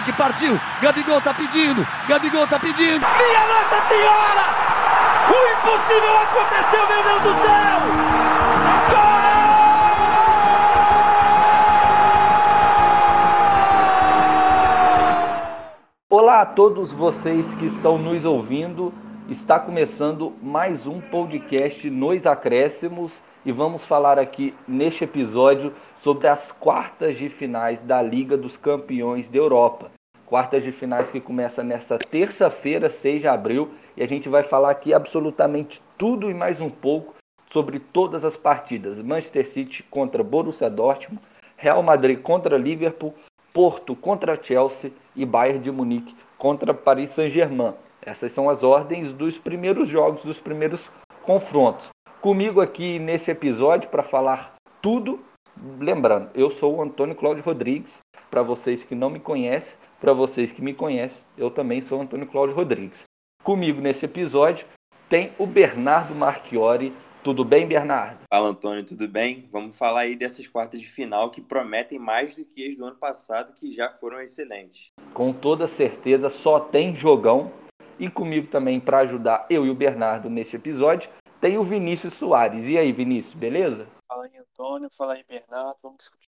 Munique partiu. Gabigol tá pedindo. Minha Nossa Senhora! O impossível aconteceu, meu Deus do céu! Gol! Olá a todos vocês que estão nos ouvindo. Está começando mais um podcast Nos Acréscimos e vamos falar aqui neste episódio sobre as quartas de finais da Liga dos Campeões da Europa. Quartas de finais que começa nesta terça-feira, 6 de abril, e a gente vai falar aqui absolutamente tudo e mais um pouco sobre todas as partidas. Manchester City contra Borussia Dortmund, Real Madrid contra Liverpool, Porto contra Chelsea e Bayern de Munique contra Paris Saint-Germain. Essas são as ordens dos primeiros jogos, dos primeiros confrontos. Comigo aqui nesse episódio para falar tudo, lembrando, eu sou o Antônio Cláudio Rodrigues. Para vocês que não me conhecem, para vocês que me conhecem, eu também sou o Antônio Cláudio Rodrigues. Comigo nesse episódio tem o Bernardo Marchiori. Tudo bem, Bernardo? Fala, Antônio, tudo bem? Vamos falar aí dessas quartas de final que prometem mais do que as do ano passado, que já foram excelentes. Com toda certeza, só tem jogão. E comigo também, para ajudar eu e o Bernardo nesse episódio, tem o Vinícius Soares. E aí, Vinícius, beleza? Fala aí, Antônio. Fala aí, Bernardo. Vamos discutir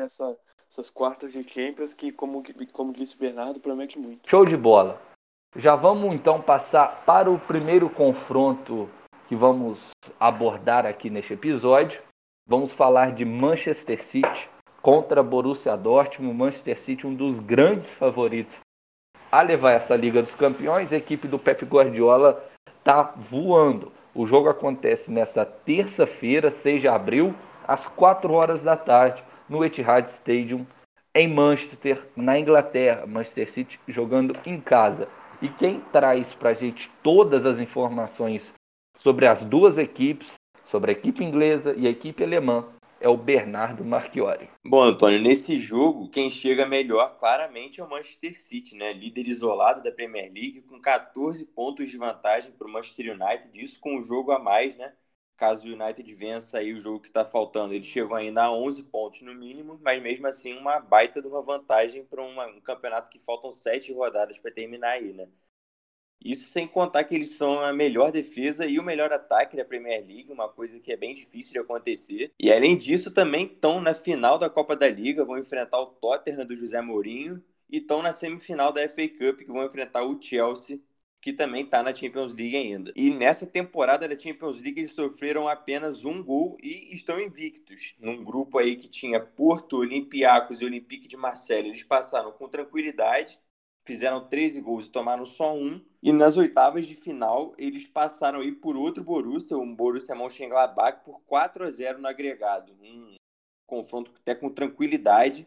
dessas quartas de Champions que, como disse o Bernardo, promete muito. Show de bola. Já vamos então passar para o primeiro confronto que vamos abordar aqui neste episódio. Vamos falar de Manchester City contra Borussia Dortmund. Manchester City, um dos grandes favoritos a levar essa Liga dos Campeões. A equipe do Pep Guardiola está voando. O jogo acontece nessa terça-feira, 6 de abril, às 4 horas da tarde, no Etihad Stadium, em Manchester, na Inglaterra. Manchester City jogando em casa. E quem traz para a gente todas as informações sobre as duas equipes, sobre a equipe inglesa e a equipe alemã, é o Bernardo Marchiori. Bom, Antônio, nesse jogo, quem chega melhor claramente é o Manchester City, né? Líder isolado da Premier League, com 14 pontos de vantagem para o Manchester United, isso com um jogo a mais, né? Caso o United vença aí o jogo que está faltando, eles chegam ainda a 11 pontos no mínimo, mas mesmo assim uma baita de uma vantagem para um campeonato que faltam 7 rodadas para terminar aí, né? Isso sem contar que eles são a melhor defesa e o melhor ataque da Premier League, uma coisa que é bem difícil de acontecer. E além disso, também estão na final da Copa da Liga, vão enfrentar o Tottenham do José Mourinho, e estão na semifinal da FA Cup, que vão enfrentar o Chelsea, que também está na Champions League ainda. E nessa temporada da Champions League eles sofreram apenas um gol e estão invictos. Num grupo aí que tinha Porto, Olympiacos e Olympique de Marseille, eles passaram com tranquilidade, fizeram 13 gols e tomaram só um. E nas oitavas de final, eles passaram aí por outro Borussia, o Borussia Mönchengladbach, por 4-0 no agregado. Um confronto até com tranquilidade.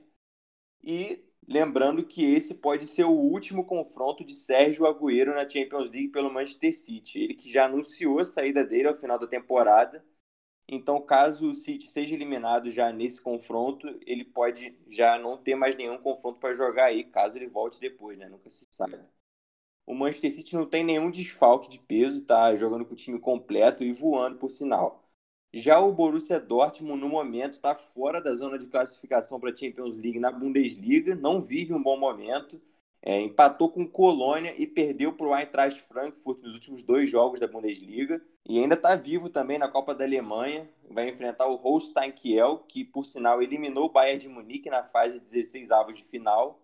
E lembrando que esse pode ser o último confronto de Sérgio Agüero na Champions League pelo Manchester City. Ele que já anunciou a saída dele ao final da temporada. Então, caso o City seja eliminado já nesse confronto, ele pode já não ter mais nenhum confronto para jogar aí, caso ele volte depois, né? Nunca se sabe. O Manchester City não tem nenhum desfalque de peso, tá jogando com o time completo e voando, por sinal. Já o Borussia Dortmund, no momento, está fora da zona de classificação para a Champions League na Bundesliga, não vive um bom momento. Empatou com Colônia e perdeu para o Eintracht Frankfurt nos últimos 2 jogos da Bundesliga. E ainda está vivo também na Copa da Alemanha. Vai enfrentar o Holstein Kiel, que, por sinal, eliminou o Bayern de Munique na fase 16avos de final.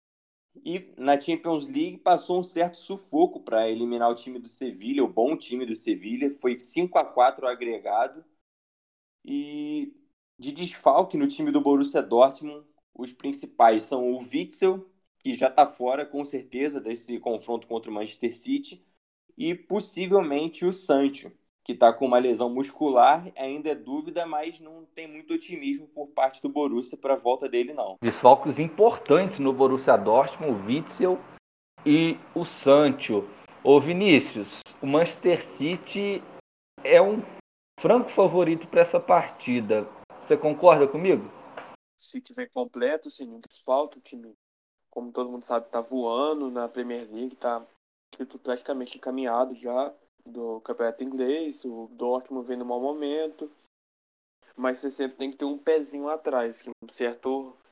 E na Champions League passou um certo sufoco para eliminar o time do Sevilha, o bom time do Sevilha. Foi 5-4 agregado. E de desfalque no time do Borussia Dortmund, os principais são o Witsel, que já está fora, com certeza, desse confronto contra o Manchester City, e possivelmente o Sancho, que está com uma lesão muscular, ainda é dúvida, mas não tem muito otimismo por parte do Borussia para a volta dele, não. Desfalques importantes no Borussia Dortmund, o Witsel e o Sancho. Ô Vinícius, o Manchester City é um franco favorito para essa partida. Você concorda comigo? O City vem completo, sem nenhum desfalque. O time, como todo mundo sabe, está voando na Premier League, está praticamente encaminhado já do campeonato inglês. O Dortmund vem no mau momento, mas você sempre tem que ter um pezinho atrás, um certo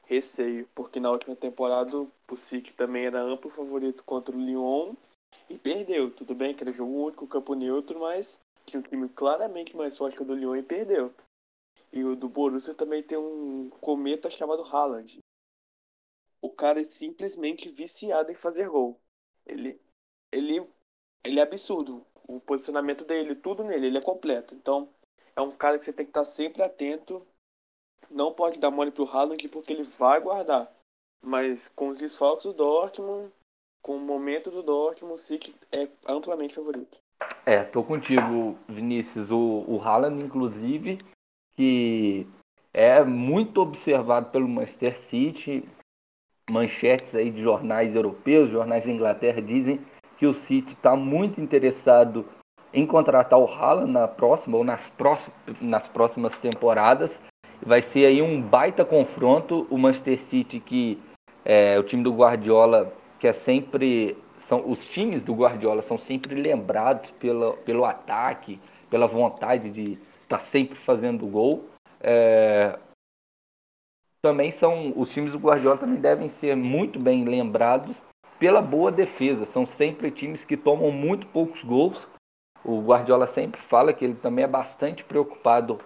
receio, porque na última temporada o City também era amplo favorito contra o Lyon e perdeu. Tudo bem que era jogo único, campo neutro, mas tinha um time claramente mais forte que o do Lyon e perdeu. E o do Borussia também tem um cometa chamado Haaland. O cara é simplesmente viciado em fazer gol. Ele, ele é absurdo. O posicionamento dele, tudo nele, ele é completo. Então, é um cara que você tem que estar sempre atento. Não pode dar mole pro Haaland porque ele vai guardar. Mas com os desfalques do Dortmund, com o momento do Dortmund, o City é amplamente favorito. Tô contigo, Vinícius. O Haaland, inclusive, que é muito observado pelo Manchester City. Manchetes aí de jornais europeus, jornais da Inglaterra, dizem que o City está muito interessado em contratar o Haaland na próxima ou nas próximas temporadas. Vai ser aí um baita confronto. O Manchester City, que o time do Guardiola, que é sempre... os times do Guardiola são sempre lembrados pelo ataque, pela vontade de estar sempre fazendo gol. Também os times do Guardiola também devem ser muito bem lembrados pela boa defesa. São sempre times que tomam muito poucos gols. O Guardiola sempre fala que ele também é bastante preocupado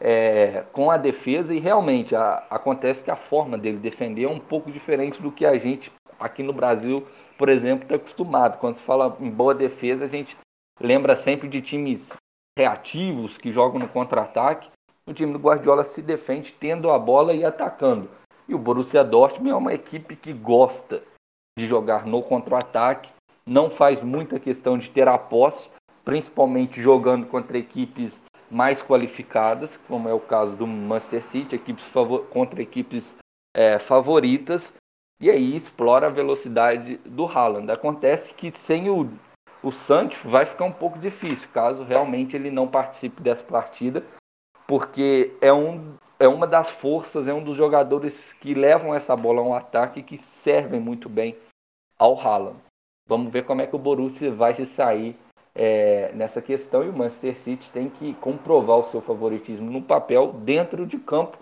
com a defesa e realmente acontece que a forma dele defender é um pouco diferente do que a gente aqui no Brasil, por exemplo, está acostumado. Quando se fala em boa defesa, a gente lembra sempre de times reativos que jogam no contra-ataque. O time do Guardiola se defende tendo a bola e atacando. E o Borussia Dortmund é uma equipe que gosta de jogar no contra-ataque, não faz muita questão de ter a posse, principalmente jogando contra equipes mais qualificadas, como é o caso do Manchester City, contra equipes favoritas, e aí explora a velocidade do Haaland. Acontece que sem o Sancho vai ficar um pouco difícil, caso realmente ele não participe dessa partida, porque é uma das forças, é um dos jogadores que levam essa bola ao ataque e que servem muito bem ao Haaland. Vamos ver como é que o Borussia vai se sair nessa questão, e o Manchester City tem que comprovar o seu favoritismo no papel dentro de campo.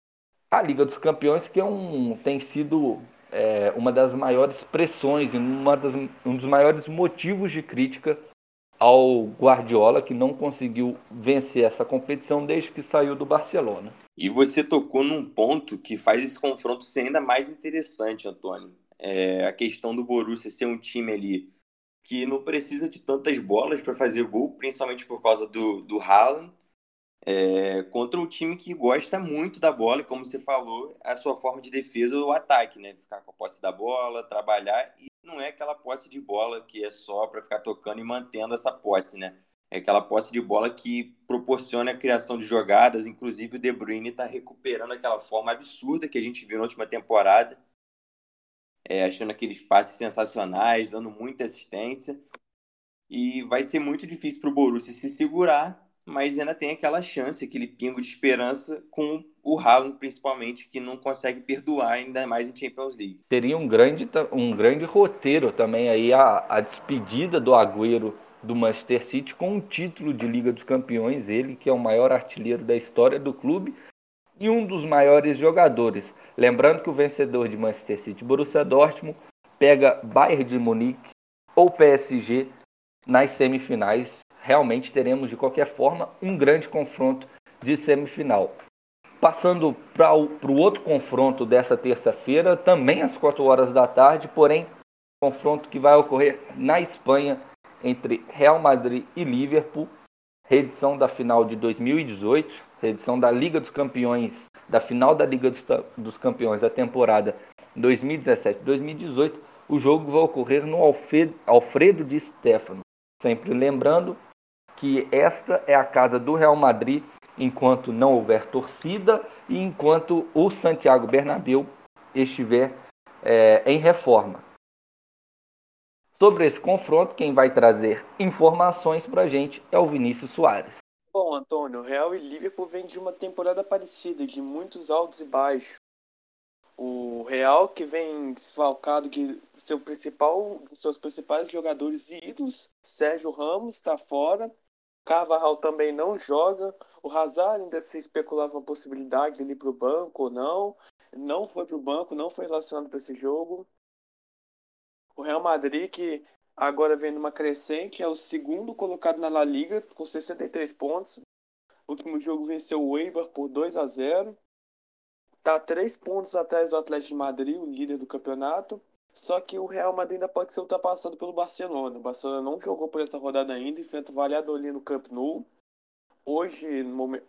A Liga dos Campeões, que tem sido uma das maiores pressões e um dos maiores motivos de crítica ao Guardiola, que não conseguiu vencer essa competição desde que saiu do Barcelona. E você tocou num ponto que faz esse confronto ser ainda mais interessante, Antônio. A questão do Borussia ser um time ali que não precisa de tantas bolas para fazer gol, principalmente por causa do Haaland, contra um time que gosta muito da bola, e como você falou, a sua forma de defesa é o ataque, né? Ficar com a posse da bola, trabalhar, e não é aquela posse de bola que é só para ficar tocando e mantendo essa posse, né? É aquela posse de bola que proporciona a criação de jogadas. Inclusive o De Bruyne está recuperando aquela forma absurda que a gente viu na última temporada, achando aqueles passes sensacionais, dando muita assistência. E vai ser muito difícil para o Borussia se segurar, mas ainda tem aquela chance, aquele pingo de esperança com o Haaland, principalmente, que não consegue perdoar, ainda mais em Champions League. Seria um grande roteiro também aí a despedida do Agüero do Manchester City com um título de Liga dos Campeões, ele que é o maior artilheiro da história do clube e um dos maiores jogadores. Lembrando que o vencedor de Manchester City, Borussia Dortmund, pega Bayern de Munique ou PSG nas semifinais. Realmente teremos, de qualquer forma, um grande confronto de semifinal. Passando para o outro confronto dessa terça-feira, também às 4 horas da tarde, porém, confronto que vai ocorrer na Espanha entre Real Madrid e Liverpool, reedição da final de 2018, reedição da Liga dos Campeões, da final da Liga dos Campeões da temporada 2017-2018. O jogo vai ocorrer no Alfredo Di Stéfano. Sempre lembrando que esta é a casa do Real Madrid enquanto não houver torcida e enquanto o Santiago Bernabéu estiver em reforma. Sobre esse confronto, quem vai trazer informações para a gente é o Vinícius Soares. Bom, Antônio, Real e Liverpool vem de uma temporada parecida, de muitos altos e baixos. O Real, que vem desfalcado de seus principais jogadores e ídolos, Sérgio Ramos está fora, Carvajal também não joga, o Hazard ainda se especulava uma possibilidade de ir para o banco ou não, não foi para o banco, não foi relacionado para esse jogo. O Real Madrid, que agora vem numa crescente, é o segundo colocado na La Liga, com 63 pontos. O último jogo venceu o Eibar por 2-0. Está 3 pontos atrás do Atlético de Madrid, o líder do campeonato. Só que o Real Madrid ainda pode ser ultrapassado pelo Barcelona. O Barcelona não jogou por essa rodada ainda, enfrenta o Valladolid no Camp Nou. Hoje,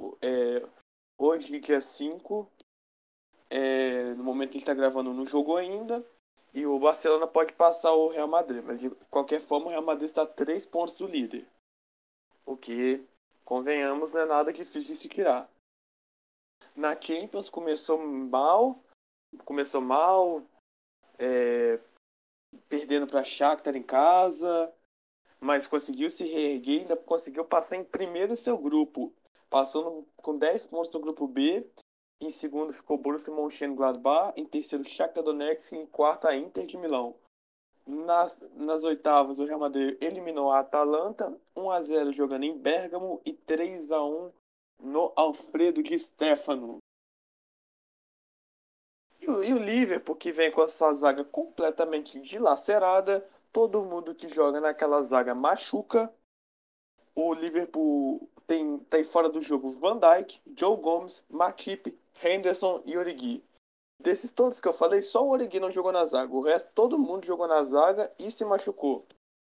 hoje dia 5, no momento que ele está gravando, não jogou ainda. E o Barcelona pode passar o Real Madrid. Mas de qualquer forma, o Real Madrid está a 3 pontos do líder. O que, convenhamos, não é nada difícil de se tirar. Na Champions começou mal, perdendo para Shakhtar em casa, mas conseguiu se reerguer e ainda conseguiu passar em primeiro seu grupo. Passou com 10 pontos no grupo B, em segundo ficou Borussia Mönchengladbach, em terceiro Shakhtar Donetsk e em quarto a Inter de Milão. Nas oitavas, o Real Madrid eliminou a Atalanta, 1-0 jogando em Bérgamo e 3-1 no Alfredo Di Stéfano. E o Liverpool, que vem com a sua zaga completamente dilacerada, todo mundo que joga naquela zaga machuca. O Liverpool tem fora do jogo Van Dijk, Joe Gomes, Matip, Henderson e Origi. Desses todos que eu falei, só o Origi não jogou na zaga. O resto, todo mundo jogou na zaga e se machucou.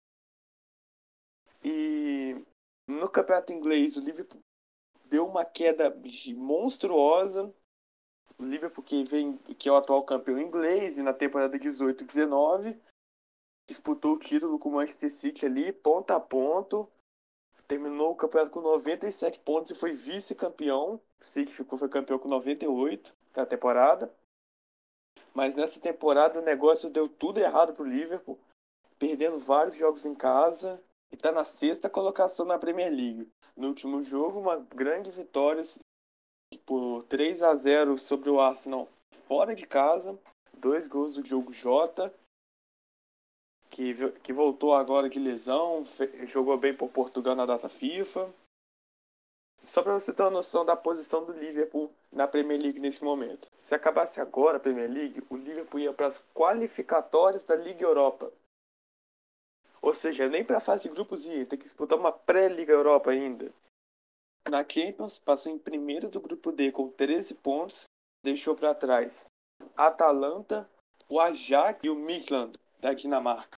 E no campeonato inglês, o Liverpool deu uma queda monstruosa. O Liverpool, que é o atual campeão inglês, e na temporada 18-19 disputou o título com o Manchester City ali, ponto a ponto. Terminou o campeonato com 97 pontos e foi vice-campeão. O City foi campeão com 98 na temporada. Mas nessa temporada o negócio deu tudo errado para o Liverpool, perdendo vários jogos em casa e está na 6ª colocação na Premier League. No último jogo, uma grande vitória por 3-0 sobre o Arsenal fora de casa. 2 gols do Diogo Jota, que voltou agora de lesão, jogou bem por Portugal na data FIFA. Só para você ter uma noção da posição do Liverpool na Premier League nesse momento. Se acabasse agora a Premier League, o Liverpool ia para as qualificatórias da Liga Europa. Ou seja, nem para a fase de grupos ia, tem que disputar uma pré-Liga Europa ainda. Na Champions, passou em primeiro do grupo D com 13 pontos, deixou para trás Atalanta, o Ajax e o Midtjylland da Dinamarca.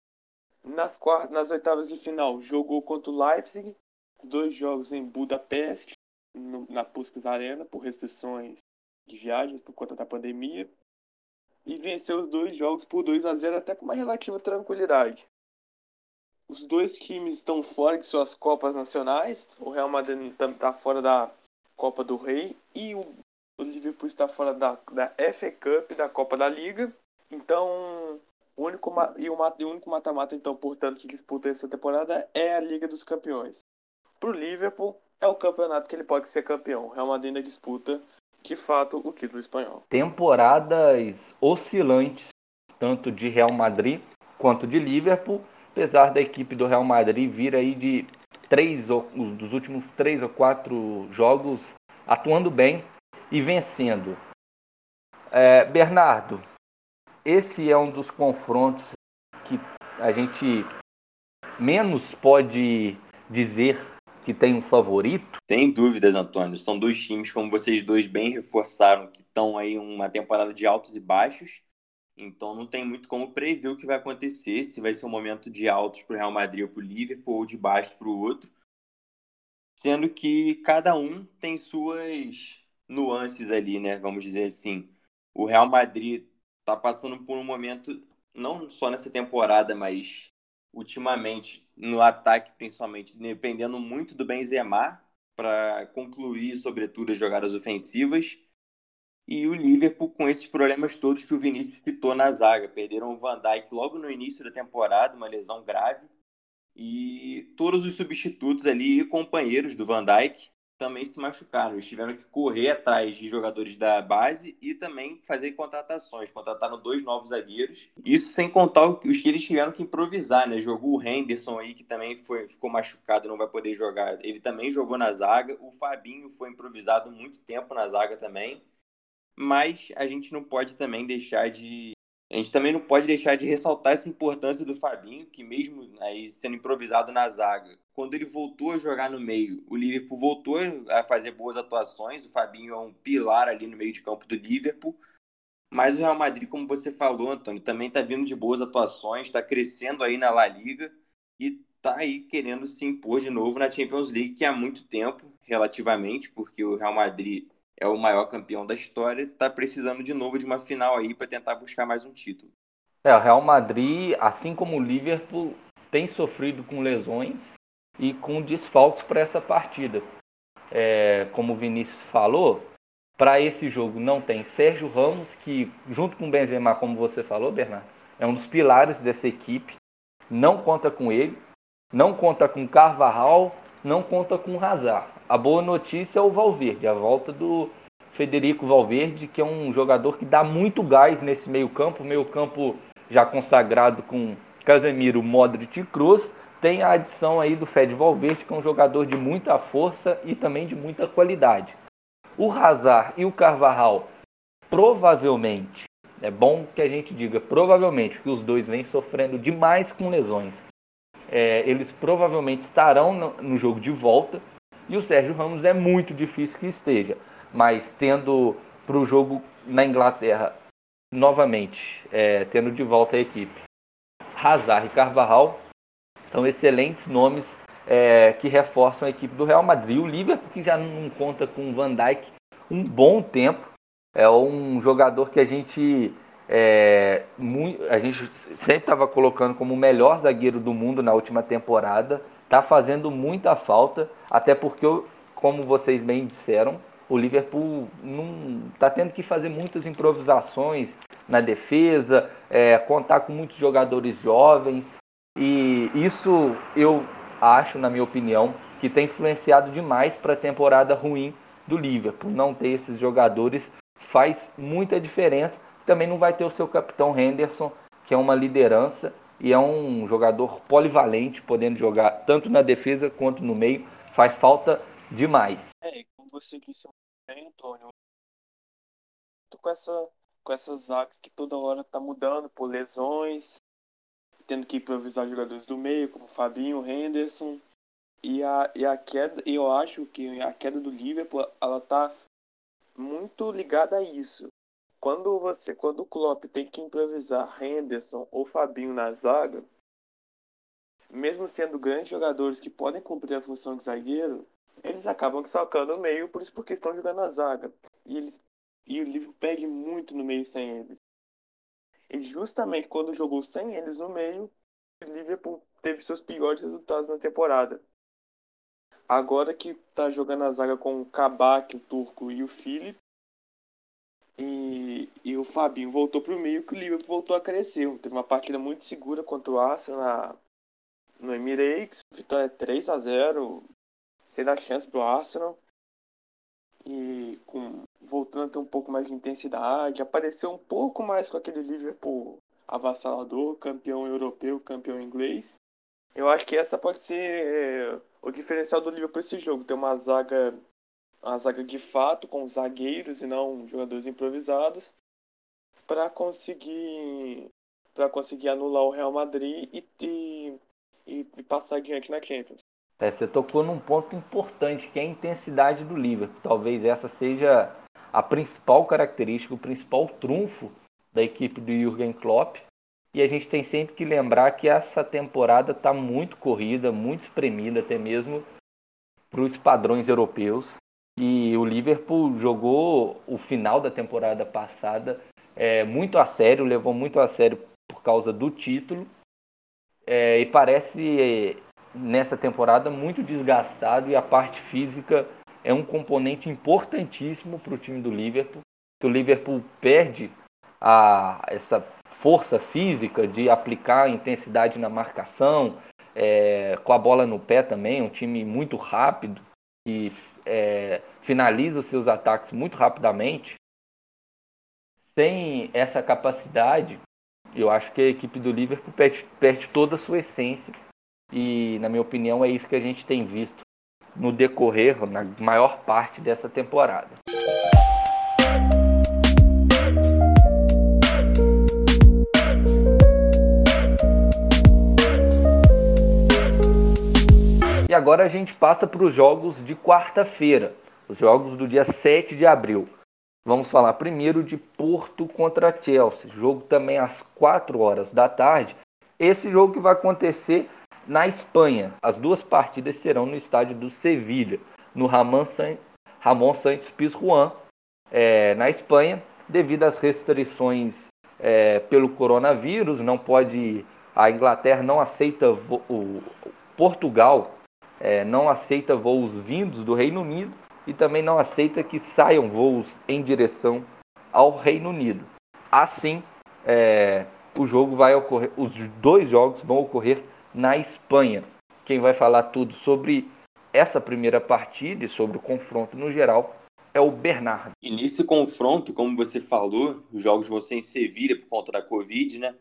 Nas oitavas de final, jogou contra o Leipzig, 2 jogos em Budapeste, na Puskás Arena, por restrições de viagens por conta da pandemia, e venceu os 2 jogos por 2-0 até com uma relativa tranquilidade. Os 2 times estão fora de suas Copas Nacionais, o Real Madrid está fora da Copa do Rei e o Liverpool está fora da FA Cup, da Copa da Liga. Então, o único mata-mata, então, portanto, que disputa essa temporada é a Liga dos Campeões. Para o Liverpool, é o campeonato que ele pode ser campeão. O Real Madrid ainda disputa, de fato, o título espanhol. Temporadas oscilantes, tanto de Real Madrid quanto de Liverpool, apesar da equipe do Real Madrid vir aí dos últimos 3 ou 4 jogos atuando bem e vencendo. Bernardo, esse é um dos confrontos que a gente menos pode dizer que tem um favorito? Sem dúvidas, Antônio. São 2 times, como vocês dois bem reforçaram, que estão aí uma temporada de altos e baixos. Então não tem muito como prever o que vai acontecer, se vai ser um momento de altos para o Real Madrid ou para o Liverpool, ou de baixo para o outro. Sendo que cada um tem suas nuances ali, né? Vamos dizer assim. O Real Madrid está passando por um momento, não só nessa temporada, mas ultimamente, no ataque principalmente, dependendo muito do Benzema para concluir, sobretudo, as jogadas ofensivas. E o Liverpool com esses problemas todos que o Vinícius citou na zaga. Perderam o Van Dijk logo no início da temporada, uma lesão grave. E todos os substitutos ali e companheiros do Van Dijk também se machucaram. Eles tiveram que correr atrás de jogadores da base e também fazer contratações. Contrataram 2 novos zagueiros. Isso sem contar os que eles tiveram que improvisar, né? Jogou o Henderson aí, que também ficou machucado, não vai poder jogar. Ele também jogou na zaga. O Fabinho foi improvisado muito tempo na zaga também. mas a gente não pode também deixar de... A gente também não pode deixar de ressaltar essa importância do Fabinho, que mesmo aí sendo improvisado na zaga, quando ele voltou a jogar no meio, o Liverpool voltou a fazer boas atuações. O Fabinho é um pilar ali no meio de campo do Liverpool. Mas o Real Madrid, como você falou, Antônio, também está vindo de boas atuações, está crescendo aí na La Liga e está aí querendo se impor de novo na Champions League, que há muito tempo, relativamente, porque o Real Madrid é o maior campeão da história, está precisando de novo de uma final aí para tentar buscar mais um título. O Real Madrid, assim como o Liverpool, tem sofrido com lesões e com desfalques para essa partida. Como o Vinícius falou, para esse jogo não tem Sérgio Ramos, que junto com o Benzema, como você falou, Bernardo, é um dos pilares dessa equipe. Não conta com ele, não conta com Carvajal, não conta com Hazard. A boa notícia é o Valverde, a volta do Federico Valverde, que é um jogador que dá muito gás nesse meio-campo, já consagrado com Casemiro, Modric e Kroos. Tem a adição aí do Fede Valverde, que é um jogador de muita força e também de muita qualidade. O Hazard e o Carvajal, provavelmente, é bom que a gente diga, provavelmente, que os dois vêm sofrendo demais com lesões. Eles provavelmente estarão no jogo de volta, e o Sérgio Ramos é muito difícil que esteja. Mas tendo para o jogo na Inglaterra, novamente, tendo de volta a equipe Hazard e Carvajal, são excelentes nomes que reforçam a equipe do Real Madrid. O Liverpool, que já não conta com o Van Dijk um bom tempo, é um jogador que a gente sempre estava colocando como o melhor zagueiro do mundo na última temporada. Está fazendo muita falta, até porque, como vocês bem disseram, o Liverpool não está tendo que fazer muitas improvisações na defesa, contar com muitos jogadores jovens, e isso eu acho, na minha opinião, que tem influenciado demais para a temporada ruim do Liverpool. Não ter esses jogadores faz muita diferença. Também não vai ter o seu capitão Henderson, que é uma liderança e é um jogador polivalente, podendo jogar tanto na defesa quanto no meio. Faz falta demais. Como você disse bem, Antônio, tô com essa zaga que toda hora tá mudando por lesões, tendo que improvisar jogadores do meio, como Fabinho, Henderson, e a queda, eu acho que a queda do Liverpool, ela tá muito ligada a isso. Quando o Klopp tem que improvisar Henderson ou Fabinho na zaga, mesmo sendo grandes jogadores que podem cumprir a função de zagueiro, eles acabam sacando o meio, por isso porque estão jogando na zaga. E o Liverpool perde muito no meio sem eles. E justamente quando jogou sem eles no meio, o Liverpool teve seus piores resultados na temporada. Agora que tá jogando a zaga com o Kabak, o Turco e o Philip, e o Fabinho voltou pro meio, que o Liverpool voltou a crescer. Teve uma partida muito segura contra o Arsenal no Emirates, vitória 3-0, sem dar chance pro Arsenal. E voltando a ter um pouco mais de intensidade, apareceu um pouco mais com aquele Liverpool avassalador, campeão europeu, campeão inglês. Eu acho que essa pode ser o diferencial do Liverpool para esse jogo, ter uma zaga de fato, com zagueiros e não jogadores improvisados, para conseguir anular o Real Madrid e passar adiante na Champions. Você tocou num ponto importante, que é a intensidade do Liverpool. Talvez essa seja a principal característica, o principal trunfo da equipe do Jürgen Klopp. E a gente tem sempre que lembrar que essa temporada está muito corrida, muito espremida, até mesmo para os padrões europeus. E o Liverpool jogou o final da temporada passada muito a sério, levou muito a sério por causa do título. E parece, nessa temporada, muito desgastado, e a parte física é um componente importantíssimo para o time do Liverpool. Se o Liverpool perde essa força física de aplicar intensidade na marcação, com a bola no pé também, um time muito rápido, que finaliza os seus ataques muito rapidamente, sem essa capacidade, eu acho que a equipe do Liverpool perde toda a sua essência. E, na minha opinião, é isso que a gente tem visto no decorrer, na maior parte dessa temporada. agora a gente passa para os jogos de quarta-feira, os jogos do dia 7 de abril. Vamos falar primeiro de Porto contra Chelsea, jogo também às 4 horas da tarde. Esse jogo que vai acontecer na Espanha. As duas partidas serão no estádio do Sevilha, no Ramon Sánchez Pizjuán, na Espanha, devido às restrições pelo coronavírus. Não pode, a Inglaterra não aceita, Portugal não aceita voos vindos do Reino Unido e também não aceita que saiam voos em direção ao Reino Unido. Assim, o jogo vai ocorrer, os dois jogos vão ocorrer na Espanha. Quem vai falar tudo sobre essa primeira partida e sobre o confronto no geral é o Bernardo. E nesse confronto, como você falou, os jogos vão ser em Sevilha por conta da Covid, né?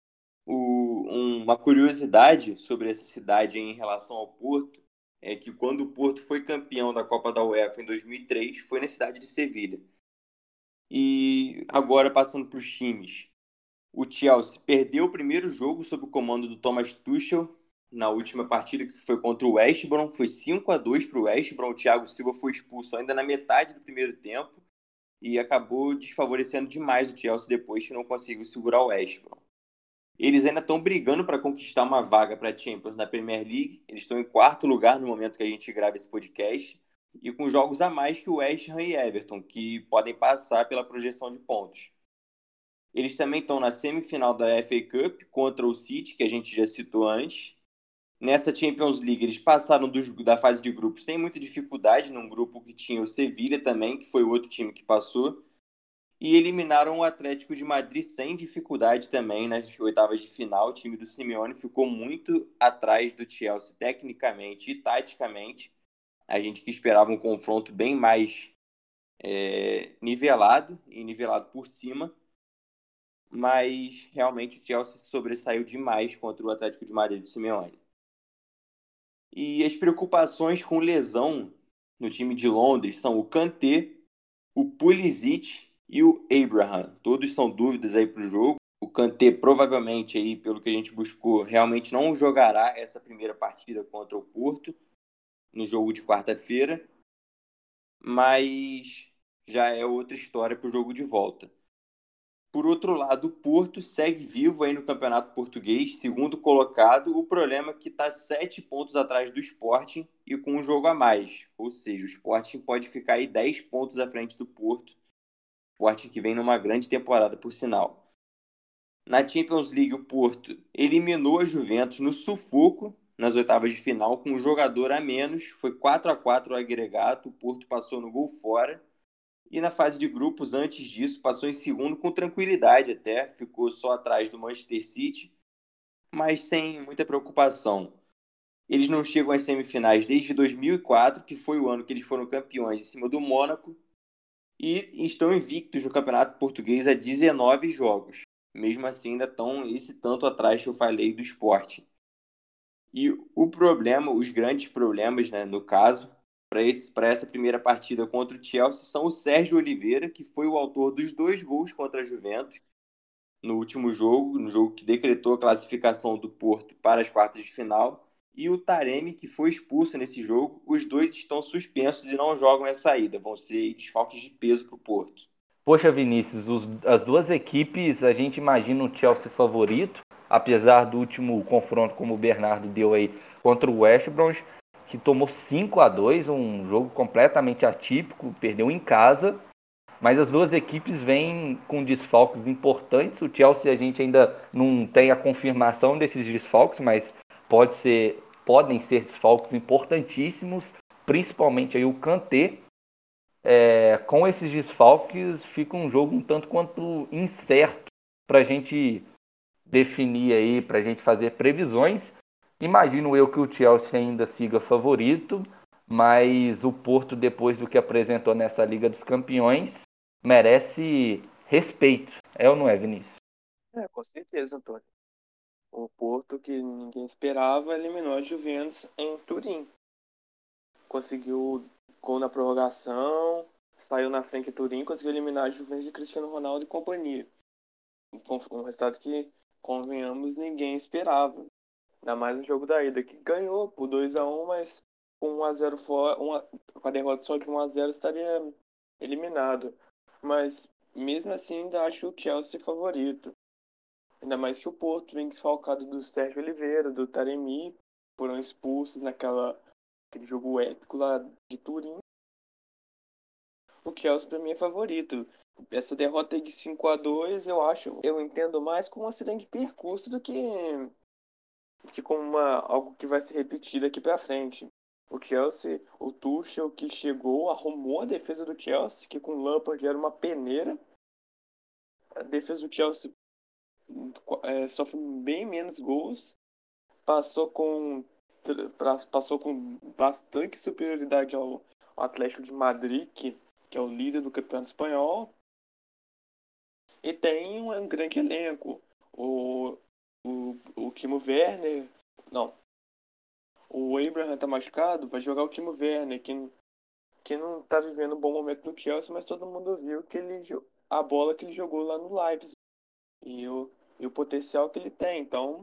Uma curiosidade sobre essa cidade em relação ao Porto é que quando o Porto foi campeão da Copa da UEFA em 2003, foi na cidade de Sevilha. E agora, passando para os times. O Chelsea perdeu o primeiro jogo sob o comando do Thomas Tuchel na última partida, que foi contra o West Brom. Foi 5-2 para o West Brom. O Thiago Silva foi expulso ainda na metade do primeiro tempo e acabou desfavorecendo demais o Chelsea depois, que não conseguiu segurar o West Brom. Eles ainda estão brigando para conquistar uma vaga para a Champions na Premier League. Eles estão em quarto lugar no momento que a gente grava esse podcast e com jogos a mais que o West Ham e Everton, que podem passar pela projeção de pontos. Eles também estão na semifinal da FA Cup contra o City, que a gente já citou antes. Nessa Champions League, eles passaram da fase de grupos sem muita dificuldade, num grupo que tinha o Sevilla também, que foi o outro time que passou. E eliminaram o Atlético de Madrid sem dificuldade também nas oitavas de final. O time do Simeone ficou muito atrás do Chelsea tecnicamente e taticamente. A gente que esperava um confronto bem mais nivelado e nivelado por cima. Mas realmente o Chelsea sobressaiu demais contra o Atlético de Madrid do Simeone. E as preocupações com lesão no time de Londres são o Kanté, o Pulisic e o Abraham. Todos são dúvidas aí para o jogo. O Kanté provavelmente, aí, pelo que a gente buscou, realmente não jogará essa primeira partida contra o Porto no jogo de quarta-feira. Mas já é outra história para o jogo de volta. Por outro lado, o Porto segue vivo aí no Campeonato Português, segundo colocado. O problema é que está 7 pontos atrás do Sporting e com um jogo a mais. Ou seja, o Sporting pode ficar aí 10 pontos à frente do Porto. Sporting que vem numa grande temporada, por sinal. Na Champions League, o Porto eliminou a Juventus no sufoco nas oitavas de final com um jogador a menos. Foi 4-4 o agregado. O Porto passou no gol fora. E na fase de grupos, antes disso, passou em segundo com tranquilidade até. Ficou só atrás do Manchester City, mas sem muita preocupação. Eles não chegam às semifinais desde 2004, que foi o ano que eles foram campeões em cima do Mônaco, e estão invictos no Campeonato Português há 19 jogos. Mesmo assim, ainda estão esse tanto atrás que eu falei do Sporting. E o problema, os grandes problemas, né, no caso, para essa primeira partida contra o Chelsea são o Sérgio Oliveira, que foi o autor dos 2 gols contra a Juventus no último jogo, no jogo que decretou a classificação do Porto para as quartas de final, e o Taremi, que foi expulso nesse jogo. Os dois estão suspensos e não jogam nessa ida, vão ser desfalques de peso para o Porto. Poxa, Vinícius, as duas equipes, a gente imagina o Chelsea favorito, apesar do último confronto, como o Bernardo deu aí, contra o West Brom, que tomou 5-2, um jogo completamente atípico, perdeu em casa, mas as duas equipes vêm com desfalques importantes. O Chelsea, a gente ainda não tem a confirmação desses desfalques, mas podem ser desfalques importantíssimos, principalmente aí o Kanté. Com esses desfalques fica um jogo um tanto quanto incerto para a gente definir aí, para a gente fazer previsões. Imagino eu que o Chelsea ainda siga favorito, mas o Porto, depois do que apresentou nessa Liga dos Campeões, merece respeito. É ou não é, Vinícius? Com certeza, Antônio. O Porto, que ninguém esperava, eliminou a Juventus em Turim. Conseguiu gol na prorrogação, saiu na frente de Turim, conseguiu eliminar a Juventus de Cristiano Ronaldo e companhia. Um resultado que, convenhamos, ninguém esperava. Ainda mais no jogo da ida, que ganhou por 2-1, mas com 1-0 fora, com a derrota só de 1-0 estaria eliminado. Mas mesmo assim ainda acho o Chelsea favorito. Ainda mais que o Porto vem desfalcado do Sérgio Oliveira, do Taremi, foram expulsos naquele jogo épico lá de Turim. O Chelsea pra mim é favorito. Essa derrota aí de 5-2 eu entendo mais como um acidente de percurso do que como algo que vai se repetir daqui pra frente. O Chelsea, o Tuchel que chegou, arrumou a defesa do Chelsea, que com o Lampard era uma peneira. A defesa do Chelsea sofre bem menos gols, passou com bastante superioridade ao Atlético de Madrid, que é o líder do Campeonato Espanhol, e tem um grande elenco. O Timo Werner, não, o Abraham tá machucado, vai jogar o Timo Werner, que não tá vivendo um bom momento no Chelsea, mas todo mundo viu que a bola que ele jogou lá no Leipzig e o potencial que ele tem. Então,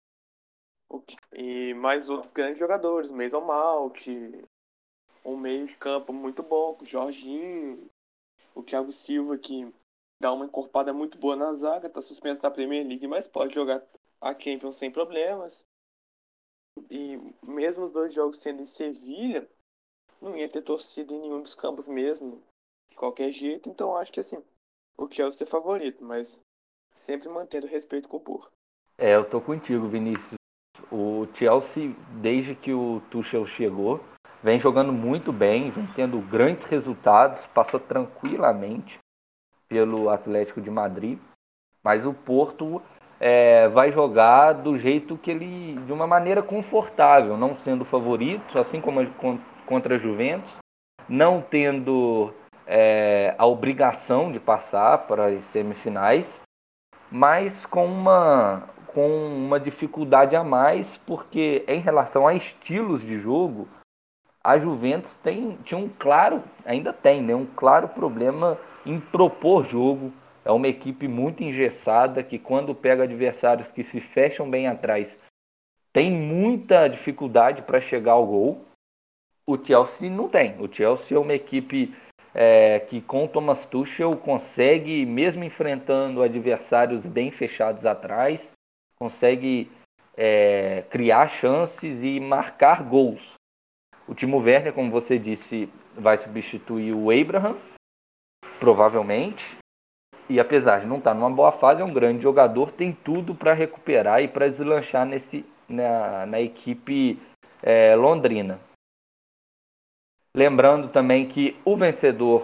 e mais outros grandes jogadores, Mason Mount, um meio de campo muito bom, com o Jorginho, o Thiago Silva, que dá uma encorpada muito boa na zaga, tá suspenso da Premier League, mas pode jogar a Champions sem problemas. E mesmo os 2 jogos sendo em Sevilha, não ia ter torcida em nenhum dos campos mesmo, de qualquer jeito. Então acho que assim, o Chelsea é favorito, mas sempre mantendo respeito com o Porto. Eu tô contigo, Vinícius. O Chelsea, desde que o Tuchel chegou, vem jogando muito bem, vem tendo grandes resultados, passou tranquilamente pelo Atlético de Madrid, mas o Porto vai jogar do jeito que ele, de uma maneira confortável, não sendo favorito, assim como contra a Juventus, não tendo a obrigação de passar para as semifinais, mas com uma dificuldade a mais, porque em relação a estilos de jogo, a Juventus tinha ainda tem, né, um claro problema em propor jogo. É uma equipe muito engessada, que quando pega adversários que se fecham bem atrás, tem muita dificuldade para chegar ao gol. O Chelsea não tem. O Chelsea é uma equipe que com o Thomas Tuchel consegue, mesmo enfrentando adversários bem fechados atrás, consegue criar chances e marcar gols. O Timo Werner, como você disse, vai substituir o Abraham, provavelmente. E apesar de não estar numa boa fase, é um grande jogador, tem tudo para recuperar e para deslanchar na equipe londrina. Lembrando também que o vencedor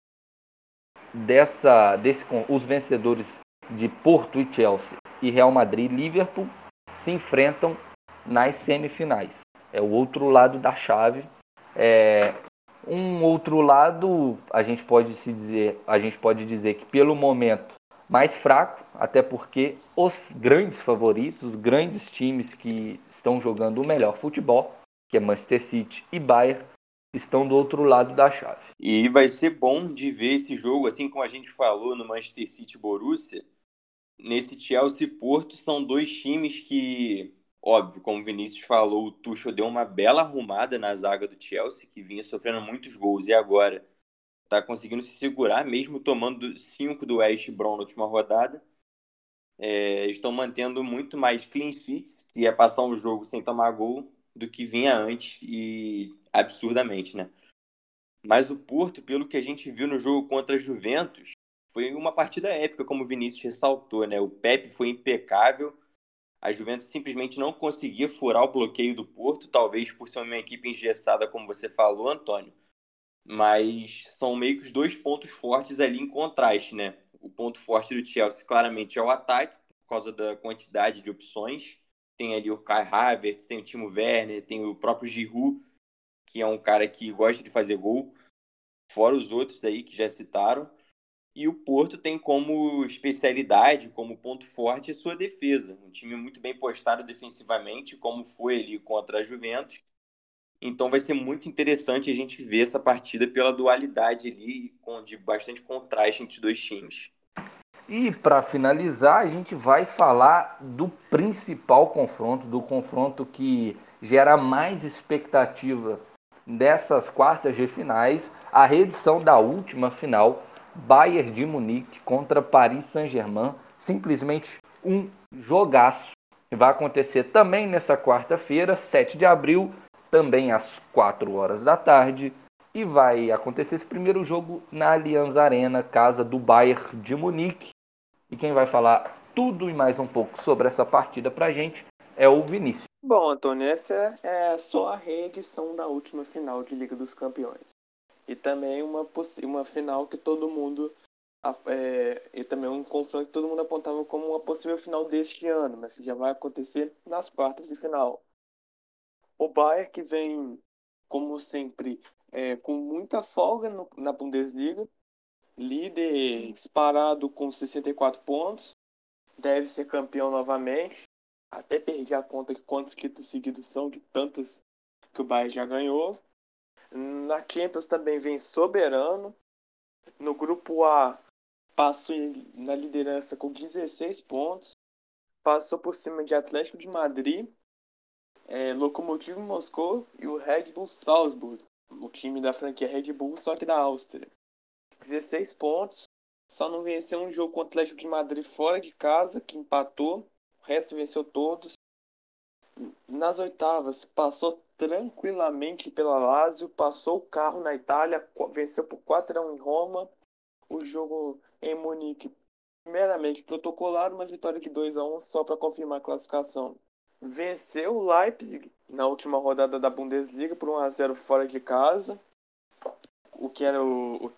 os vencedores de Porto e Chelsea e Real Madrid e Liverpool se enfrentam nas semifinais. É o outro lado da chave. Um outro lado, a gente pode dizer que pelo momento mais fraco, até porque os grandes favoritos, os grandes times que estão jogando o melhor futebol, que é Manchester City e Bayern, estão do outro lado da chave. E vai ser bom de ver esse jogo, assim como a gente falou no Manchester City Borussia, nesse Chelsea Porto, são 2 times que, óbvio, como o Vinícius falou, o Tuchel deu uma bela arrumada na zaga do Chelsea, que vinha sofrendo muitos gols, e agora está conseguindo se segurar, mesmo tomando 5 do West Brom na última rodada. Estão mantendo muito mais clean sheets, que é passar um jogo sem tomar gol, do que vinha antes, e absurdamente, né? Mas o Porto, pelo que a gente viu no jogo contra a Juventus, foi uma partida épica, como o Vinícius ressaltou, né? O Pepe foi impecável, a Juventus simplesmente não conseguia furar o bloqueio do Porto, talvez por ser uma equipe engessada, como você falou, Antônio. Mas são meio que os 2 pontos fortes ali em contraste, né? O ponto forte do Chelsea claramente é o ataque, por causa da quantidade de opções. Tem ali o Kai Havertz, tem o Timo Werner, tem o próprio Giroud, que é um cara que gosta de fazer gol, fora os outros aí que já citaram. E o Porto tem como especialidade, como ponto forte, a sua defesa. Um time muito bem postado defensivamente, como foi ali contra a Juventus. Então vai ser muito interessante a gente ver essa partida pela dualidade ali, de bastante contraste entre os 2 times. E para finalizar, a gente vai falar do principal confronto, do confronto que gera mais expectativa dessas quartas de finais, a reedição da última final, Bayern de Munique contra Paris Saint-Germain, simplesmente um jogaço. Vai acontecer também nessa quarta-feira, 7 de abril, também às 4 horas da tarde, e vai acontecer esse primeiro jogo na Allianz Arena, casa do Bayern de Munique. E quem vai falar tudo e mais um pouco sobre essa partida pra gente é o Vinícius. Bom, Antônio, essa é só a reedição da última final de Liga dos Campeões. E também uma final que todo mundo... e também um confronto que todo mundo apontava como uma possível final deste ano, mas que já vai acontecer nas quartas de final. O Bayern que vem, como sempre, com muita folga na Bundesliga, líder disparado com 64 pontos, deve ser campeão novamente. Até perdi a conta de quantos títulos seguidos são, de tantos que o Bayern já ganhou. Na Champions também vem soberano. No grupo A, passou na liderança com 16 pontos. Passou por cima de Atlético de Madrid, Lokomotiv Moscou e o Red Bull Salzburg, o time da franquia Red Bull, só que da Áustria. 16 pontos. Só não venceu um jogo com o Atlético de Madrid fora de casa, que empatou. O resto venceu todos. Nas oitavas, passou tranquilamente pela Lazio, passou o carro na Itália, venceu por 4-1 em Roma. O jogo em Munique, meramente protocolar, uma vitória de 2-1 só para confirmar a classificação. Venceu o Leipzig na última rodada da Bundesliga por 1-0 fora de casa, o que era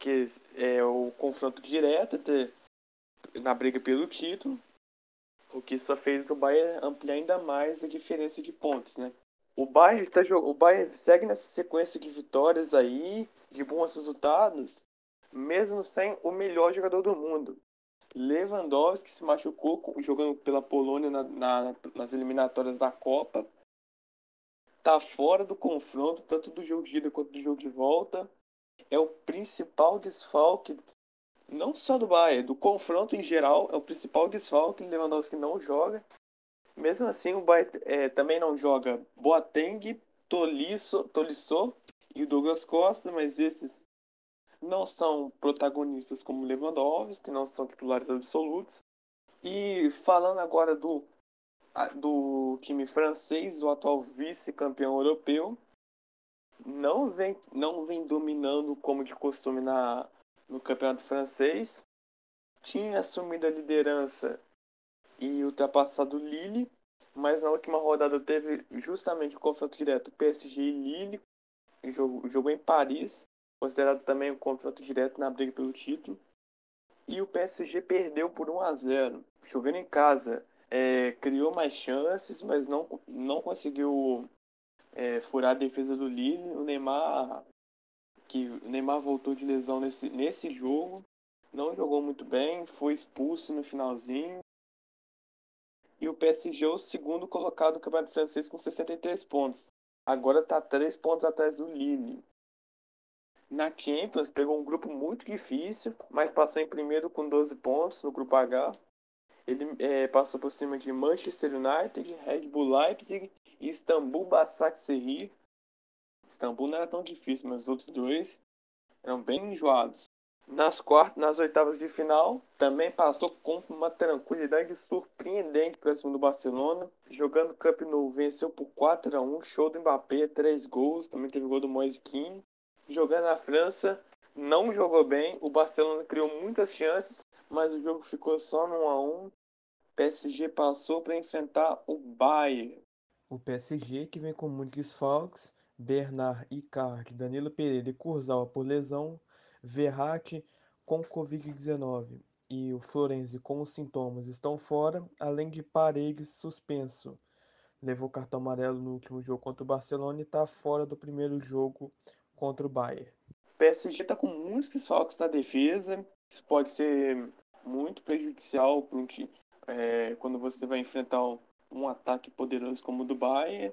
o confronto direto na briga pelo título. O que só fez o Bayern ampliar ainda mais a diferença de pontos, né? O Bayern segue nessa sequência de vitórias aí, de bons resultados, mesmo sem o melhor jogador do mundo. Lewandowski se machucou jogando pela Polônia nas eliminatórias da Copa. Tá fora do confronto, tanto do jogo de ida quanto do jogo de volta. É o principal desfalque, não só do Bayern, do confronto em geral, é o principal desfalque. Lewandowski não joga. Mesmo assim, o Bayern também não joga Boateng, Tolisso e o Douglas Costa, mas esses não são protagonistas como Lewandowski, que não são titulares absolutos. E falando agora do time francês, o atual vice-campeão europeu, não vem dominando como de costume no campeonato francês. Tinha assumido a liderança e ultrapassado o Lille, mas na última rodada teve justamente o confronto direto PSG e Lille, jogou em Paris, considerado também um confronto direto na briga pelo título, e o PSG perdeu por 1-0, jogando em casa. Criou mais chances, mas não conseguiu furar a defesa do Lille. O Neymar voltou de lesão nesse jogo, não jogou muito bem, foi expulso no finalzinho. E o PSG é o segundo colocado do Campeonato Francês com 63 pontos. Agora está 3 pontos atrás do Lille. Na Champions, pegou um grupo muito difícil, mas passou em primeiro com 12 pontos no grupo H. Ele passou por cima de Manchester United, Red Bull Leipzig e Istambul Basaksehir. Istambul não era tão difícil, mas os outros dois eram bem enjoados. Nas oitavas de final, também passou com uma tranquilidade surpreendente para cima do Barcelona. Jogando Camp Nou, venceu por 4-1, show do Mbappé, 3 gols, também teve gol do Moise Kean. Jogando na França, não jogou bem, o Barcelona criou muitas chances, mas o jogo ficou só no 1-1. PSG passou para enfrentar o Bayern. O PSG, que vem com muitos desfalques, Bernard, Icardi, Danilo Pereira e Kurzawa por lesão, Verratti com Covid-19 e o Florenzi com os sintomas estão fora, além de Paredes suspenso. Levou cartão amarelo no último jogo contra o Barcelona e está fora do primeiro jogo contra o Bayern. O PSG está com muitos desfalques na defesa. Isso pode ser muito prejudicial para um time quando você vai enfrentar um ataque poderoso como o do Bayern.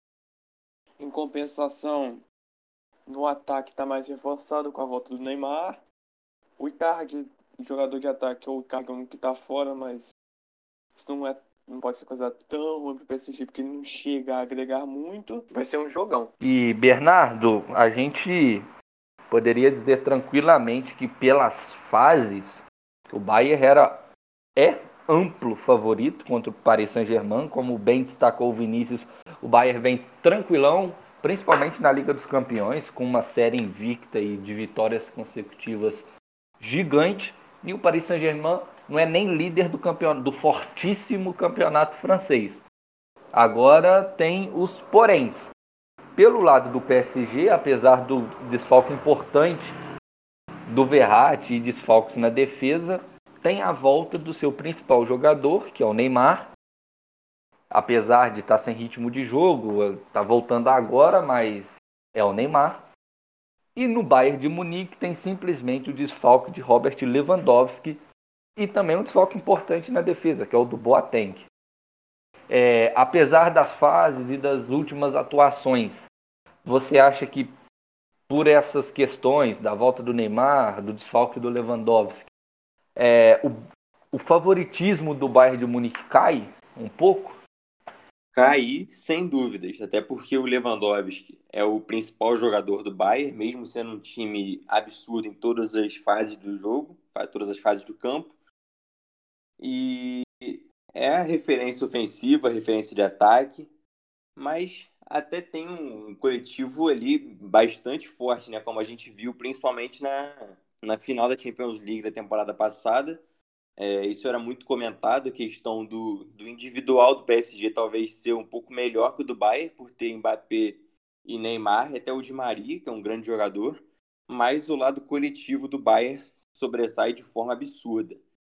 Em compensação, no ataque está mais reforçado com a volta do Neymar. O Icardi jogador de ataque ou o Cargão que tá fora, mas isso não pode ser coisa tão ruim pro PSG, porque ele não chega a agregar muito. Vai ser um jogão. E, Bernardo, a gente poderia dizer tranquilamente que pelas fases, o Bayern é amplo favorito contra o Paris Saint-Germain, como bem destacou o Vinícius. O Bayern vem tranquilão, principalmente na Liga dos Campeões, com uma série invicta e de vitórias consecutivas gigante. E o Paris Saint-Germain não é nem líder do fortíssimo campeonato francês. Agora tem os poréns. Pelo lado do PSG, apesar do desfalque importante do Verratti e desfalques na defesa, tem a volta do seu principal jogador, que é o Neymar. Apesar de estar sem ritmo de jogo, está voltando agora, mas é o Neymar. E no Bayern de Munique tem simplesmente o desfalque de Robert Lewandowski e também um desfalque importante na defesa, que é o do Boateng. Apesar das fases e das últimas atuações, você acha que por essas questões da volta do Neymar, do desfalque do Lewandowski, o favoritismo do Bayern de Munique cai um pouco? Cair, sem dúvidas, até porque o Lewandowski é o principal jogador do Bayern, mesmo sendo um time absurdo em todas as fases do jogo, todas as fases do campo. E é a referência ofensiva, a referência de ataque, mas até tem um coletivo ali bastante forte, né? Como a gente viu, principalmente na final da Champions League da temporada passada. Isso era muito comentado, a questão do individual do PSG talvez ser um pouco melhor que o do Bayern, por ter Mbappé e Neymar, e até o Di Maria, que é um grande jogador, mas o lado coletivo do Bayern sobressai de forma absurda.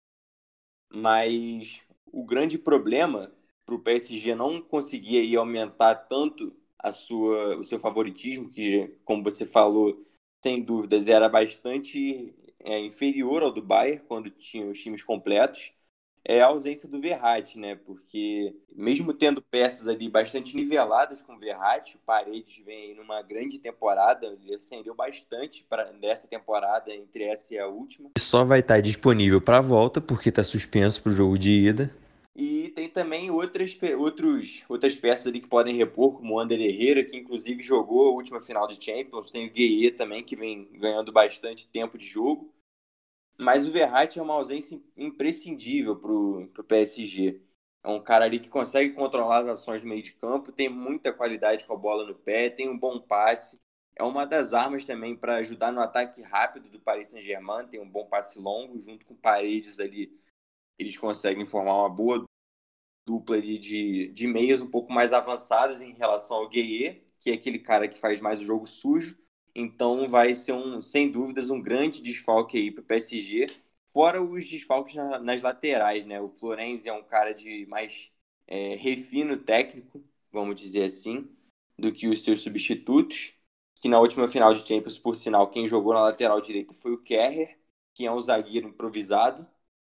Mas o grande problema para o PSG não conseguir aí aumentar tanto o seu favoritismo, que, como você falou, sem dúvidas, era bastante inferior ao do Bayern quando tinha os times completos, é a ausência do Verratti, né? Porque mesmo tendo peças ali bastante niveladas com o Verratti, o Paredes vem aí numa grande temporada, ele ascendeu bastante nessa temporada, entre essa e a última. Só vai estar disponível para a volta, porque está suspenso para o jogo de ida. E tem também outras peças ali que podem repor, como o Ander Herrera, que inclusive jogou a última final de Champions. Tem o Gueye também, que vem ganhando bastante tempo de jogo. Mas o Verratti é uma ausência imprescindível para o PSG. É um cara ali que consegue controlar as ações do meio de campo, tem muita qualidade com a bola no pé, tem um bom passe. É uma das armas também para ajudar no ataque rápido do Paris Saint-Germain, tem um bom passe longo, junto com Paredes ali. Eles conseguem formar uma boa dupla ali de meias um pouco mais avançados em relação ao Gueye, que é aquele cara que faz mais o jogo sujo. Então vai ser, sem dúvidas, um grande desfalque aí para o PSG. Fora os desfalques nas laterais, né? O Florenzi é um cara de mais refino técnico, vamos dizer assim, do que os seus substitutos. Que na última final de Champions, por sinal, quem jogou na lateral direita foi o Kehrer, que é um zagueiro improvisado.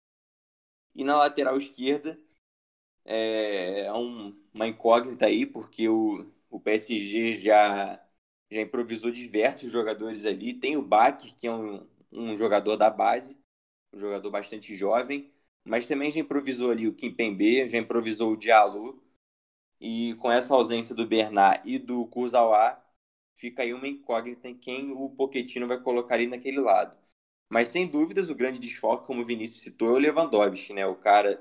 E na lateral esquerda é uma incógnita aí, porque o PSG já improvisou diversos jogadores ali. Tem o Bakker, que é um jogador da base, um jogador bastante jovem, mas também já improvisou ali o Kimpembe, já improvisou o Diallo. E com essa ausência do Bernat e do Kurzawa, fica aí uma incógnita em quem o Pochettino vai colocar ali naquele lado. Mas sem dúvidas o grande desfoque, como o Vinícius citou, é o Lewandowski, né? O cara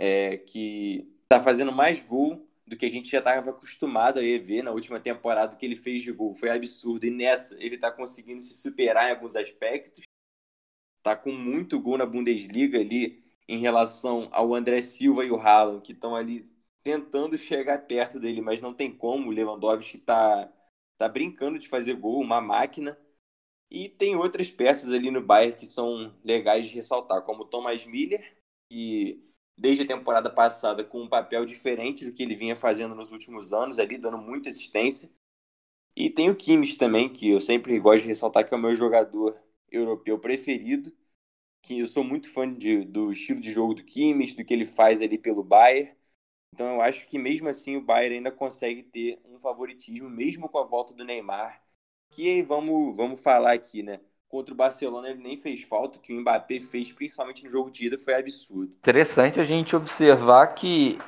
que está fazendo mais gol do que a gente já estava acostumado a ver na última temporada. Que ele fez de gol foi absurdo, e nessa ele está conseguindo se superar em alguns aspectos. Está com muito gol na Bundesliga ali em relação ao André Silva e o Haaland, que estão ali tentando chegar perto dele, mas não tem como. O Lewandowski tá brincando de fazer gol, uma máquina. E tem outras peças ali no Bayern que são legais de ressaltar, como o Thomas Müller, que desde a temporada passada com um papel diferente do que ele vinha fazendo nos últimos anos, ali dando muita assistência. E tem o Kimmich também, que eu sempre gosto de ressaltar, que é o meu jogador europeu preferido, que eu sou muito fã do estilo de jogo do Kimmich, do que ele faz ali pelo Bayern. Então eu acho que mesmo assim o Bayern ainda consegue ter um favoritismo, mesmo com a volta do Neymar, que vamos falar aqui, né? contra o Barcelona ele nem fez falta, o que o Mbappé fez, principalmente no jogo de ida, foi absurdo. Interessante a gente observar que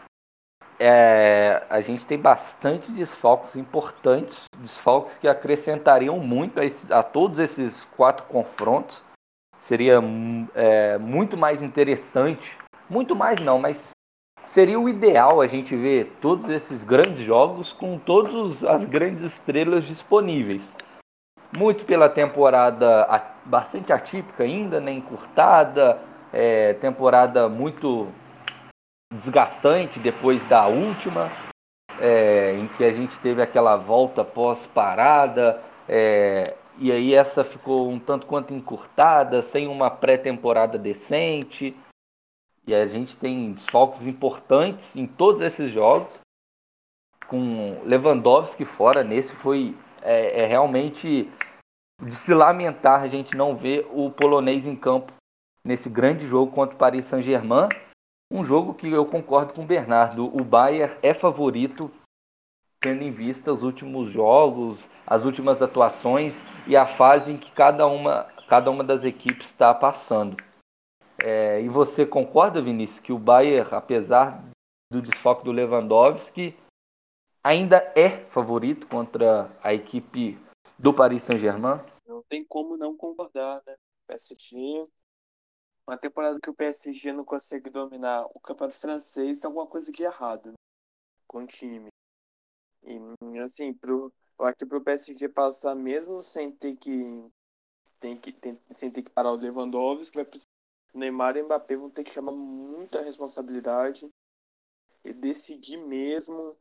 a gente tem bastante desfalques importantes, desfalques que acrescentariam muito a todos esses 4 confrontos. Seria muito mais interessante, muito mais não, mas seria o ideal a gente ver todos esses grandes jogos com todas as grandes estrelas disponíveis. Muito pela temporada bastante atípica ainda, né, encurtada, temporada muito desgastante depois da última, em que a gente teve aquela volta pós-parada, e aí essa ficou um tanto quanto encurtada, sem uma pré-temporada decente, e a gente tem desfalques importantes em todos esses jogos, com Lewandowski fora. Nesse foi realmente de se lamentar a gente não ver o polonês em campo nesse grande jogo contra o Paris Saint-Germain. Um jogo que eu concordo com o Bernardo. O Bayern é favorito, tendo em vista os últimos jogos, as últimas atuações e a fase em que cada uma das equipes está passando. E você concorda, Vinícius, que o Bayern, apesar do desfoque do Lewandowski, ainda é favorito contra a equipe do Paris Saint-Germain? Não tem como não concordar, né? PSG, uma temporada que o PSG não consegue dominar o campeonato francês, tem alguma coisa de errado, né, com o time. E assim, eu acho que pro PSG passar mesmo sem ter que sem ter que parar o Lewandowski, o Neymar e o Mbappé vão ter que chamar muita responsabilidade e decidir mesmo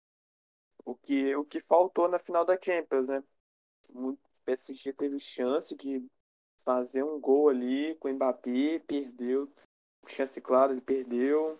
o que faltou na final da Champions, né? O PSG teve chance de fazer um gol ali com o Mbappé, perdeu. Chance clara, ele perdeu.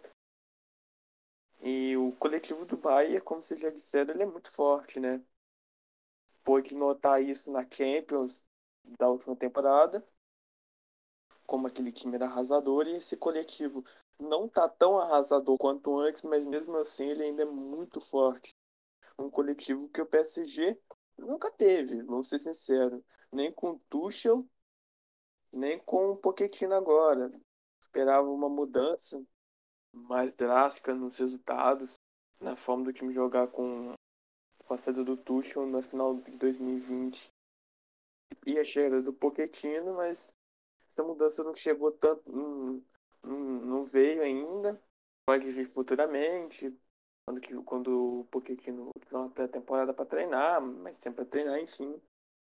E o coletivo do Bayern, como vocês já disseram, ele é muito forte, né? Pôde notar isso na Champions da última temporada, como aquele time era arrasador, e esse coletivo não tá tão arrasador quanto antes, mas mesmo assim ele ainda é muito forte. Um coletivo que o PSG nunca teve, vamos ser sinceros. Nem com o Tuchel, nem com o Pochettino agora. Esperava uma mudança mais drástica nos resultados, na forma do time jogar com a saída do Tuchel na final de 2020 e a chegada do Pochettino, mas essa mudança não chegou tanto, não veio ainda. Pode vir futuramente, quando o Pochettino tiver uma pré-temporada para treinar, mas sempre para treinar, enfim.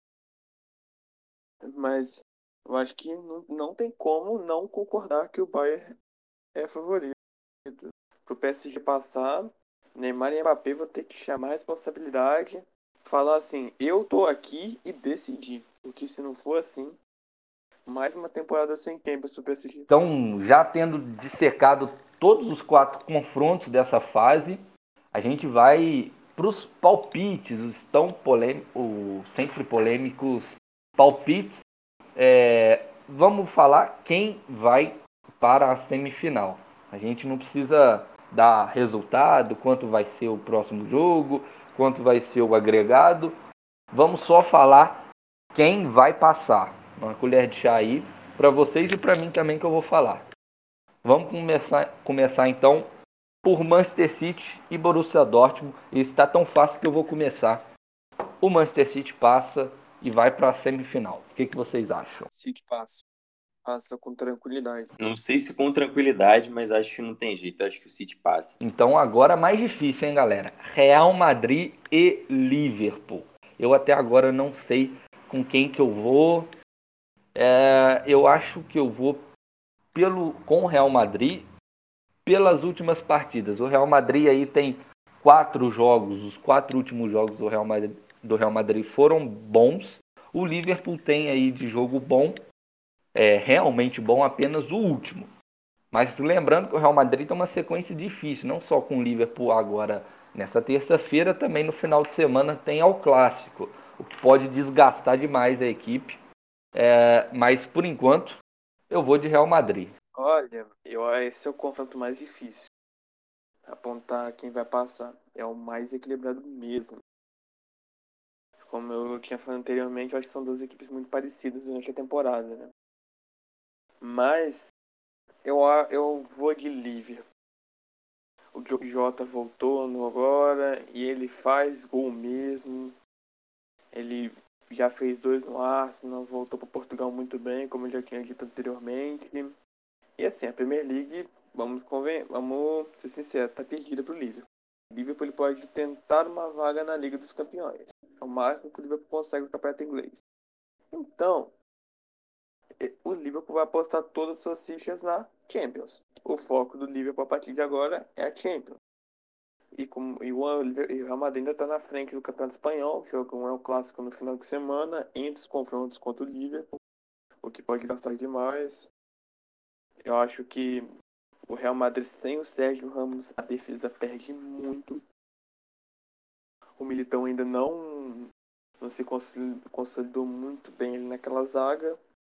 Mas eu acho que não tem como não concordar que o Bayern é favorito. Pro PSG passar, Neymar e Mbappé vão ter que chamar a responsabilidade, falar assim, eu tô aqui e decidir. Porque se não for assim, mais uma temporada sem Champions pro PSG. Então, já tendo dissecado todos os 4 confrontos dessa fase, a gente vai para os palpites, os sempre polêmicos palpites. Vamos falar quem vai para a semifinal. A gente não precisa dar resultado, quanto vai ser o próximo jogo, quanto vai ser o agregado. Vamos só falar quem vai passar. Uma colher de chá aí para vocês e para mim também, que eu vou falar. Vamos começar então por Manchester City e Borussia Dortmund. E está tão fácil que eu vou começar. O Manchester City passa e vai para a semifinal. O que vocês acham? City passa. Passa com tranquilidade. Não sei se com tranquilidade, mas acho que não tem jeito. Acho que o City passa. Então agora mais difícil, hein, galera? Real Madrid e Liverpool. Eu até agora não sei com quem que eu vou. Eu acho que eu vou com o Real Madrid pelas últimas partidas. O Real Madrid aí tem 4 jogos, os 4 últimos jogos do Real Madrid foram bons. O Liverpool tem aí de jogo bom, realmente bom, apenas o último. Mas lembrando que o Real Madrid tem uma sequência difícil, não só com o Liverpool agora nessa terça-feira, também no final de semana tem ao Clássico, o que pode desgastar demais a equipe. Mas por enquanto eu vou de Real Madrid. Olha, esse é o confronto mais difícil. Apontar quem vai passar. É o mais equilibrado mesmo. Como eu tinha falado anteriormente, eu acho que são duas equipes muito parecidas durante a temporada, né? Mas eu vou de Liverpool. O Diogo Jota voltou agora e ele faz gol mesmo. Ele já fez 2 no Arsenal, voltou para Portugal muito bem, como eu já tinha dito anteriormente. E assim, a Premier League, vamos ser sinceros, tá perdida pro Liverpool. O Liverpool ele pode tentar uma vaga na Liga dos Campeões. É o máximo que o Liverpool consegue no campeonato inglês. Então, o Liverpool vai apostar todas as suas fichas na Champions. O foco do Liverpool a partir de agora é a Champions. E o Real Madrid ainda está na frente do Campeonato Espanhol, jogo é um clássico no final de semana, entre os confrontos contra o Liverpool, o que pode gastar demais. Eu acho que o Real Madrid sem o Sérgio Ramos, a defesa perde muito. O Militão ainda não se consolidou muito bem ali naquela zaga.